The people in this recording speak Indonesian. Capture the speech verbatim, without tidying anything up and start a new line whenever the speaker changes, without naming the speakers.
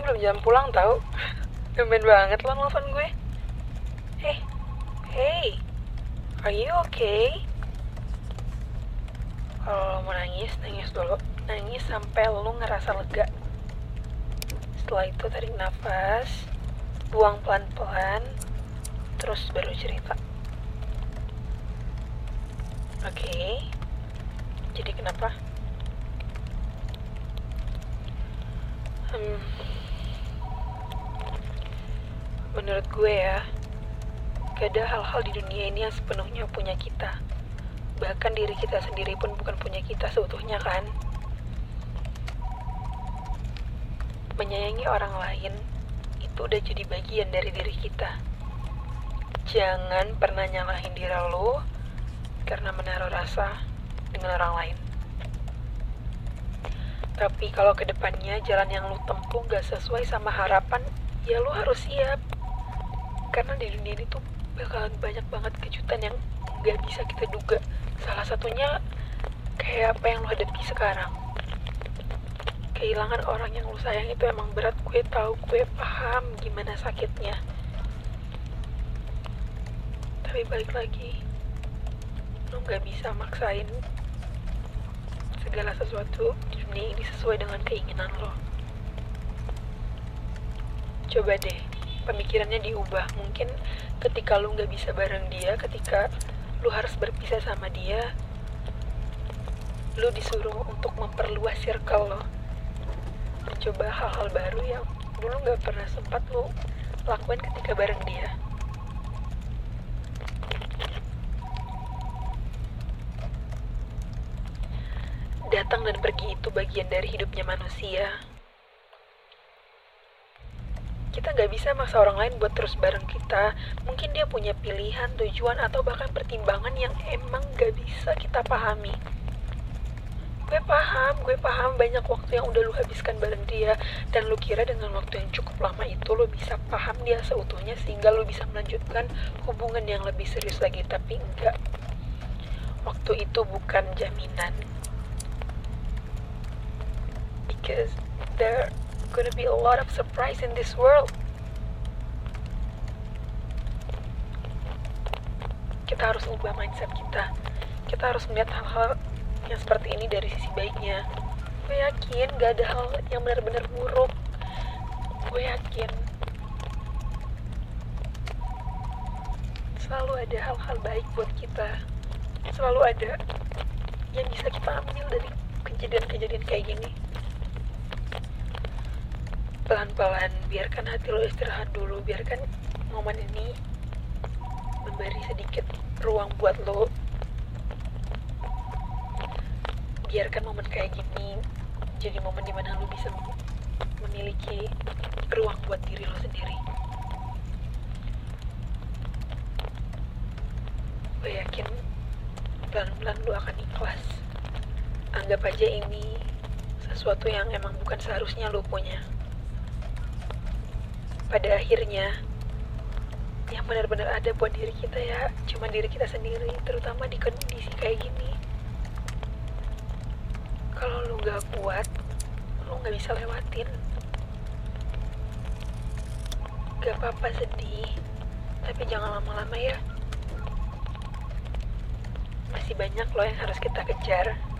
belum jam pulang tau. Tumben banget lo nelfon gue. Eh, hey, are you okay? Kalau mau nangis, nangis dulu. Nangis sampai lo ngerasa lega. Setelah itu tarik nafas, buang pelan-pelan, terus baru cerita. Oke, okay. Jadi kenapa? Hmm, menurut gue ya, gak ada hal-hal di dunia ini yang sepenuhnya punya kita. Bahkan diri kita sendiri pun bukan punya kita seutuhnya kan. Menyayangi orang lain itu udah jadi bagian dari diri kita. Jangan pernah nyalahin diri lo karena menaruh rasa dengan orang lain. Tapi kalau kedepannya jalan yang lo tempuh gak sesuai sama harapan, ya lo harus siap. Karena di dunia ini tuh bakalan banyak banget kejutan yang gak bisa kita duga. Salah satunya kayak apa yang lo hadapi sekarang. Kehilangan orang yang lo sayang itu emang berat. Gue tahu, gue paham gimana sakitnya. Tapi balik lagi, lo gak bisa maksain segala sesuatu di dunia ini sesuai dengan keinginan lo. Coba deh, pemikirannya diubah. Mungkin ketika lo gak bisa bareng dia, ketika lo harus berpisah sama dia, lo disuruh untuk memperluas circle lo. Mencoba hal-hal baru yang dulu gak pernah sempat lo lakuin ketika bareng dia. Datang dan pergi itu bagian dari hidupnya manusia. Kita gak bisa maksa orang lain buat terus bareng kita. Mungkin dia punya pilihan, tujuan, atau bahkan pertimbangan yang emang gak bisa kita pahami. Gue paham, gue paham banyak waktu yang udah lu habiskan bareng dia. Dan lu kira dengan waktu yang cukup lama itu lu bisa paham dia seutuhnya sehingga lu bisa melanjutkan hubungan yang lebih serius lagi. Tapi enggak. Waktu itu bukan jaminan. Because there gonna be a lot of surprise in this world. Kita harus ubah mindset kita. Kita harus melihat hal-hal yang seperti ini dari sisi baiknya. Gue yakin gak ada hal yang benar-benar buruk. Gue yakin selalu ada hal-hal baik buat kita. Selalu ada yang bisa kita ambil dari kejadian-kejadian kayak gini. Pelan-pelan, biarkan hati lo istirahat dulu. Biarkan momen ini memberi sedikit ruang buat lo. Biarkan momen kayak gini jadi momen dimana lo bisa memiliki ruang buat diri lo sendiri. Gue yakin pelan-pelan lo akan ikhlas. Anggap aja ini sesuatu yang emang bukan seharusnya lo punya. Pada akhirnya yang benar-benar ada buat diri kita ya cuma diri kita sendiri, terutama di kondisi kayak gini. Kalau lu gak kuat, lu gak bisa lewatin. Gak apa-apa sedih, tapi jangan lama-lama ya. Masih banyak loh yang harus kita kejar.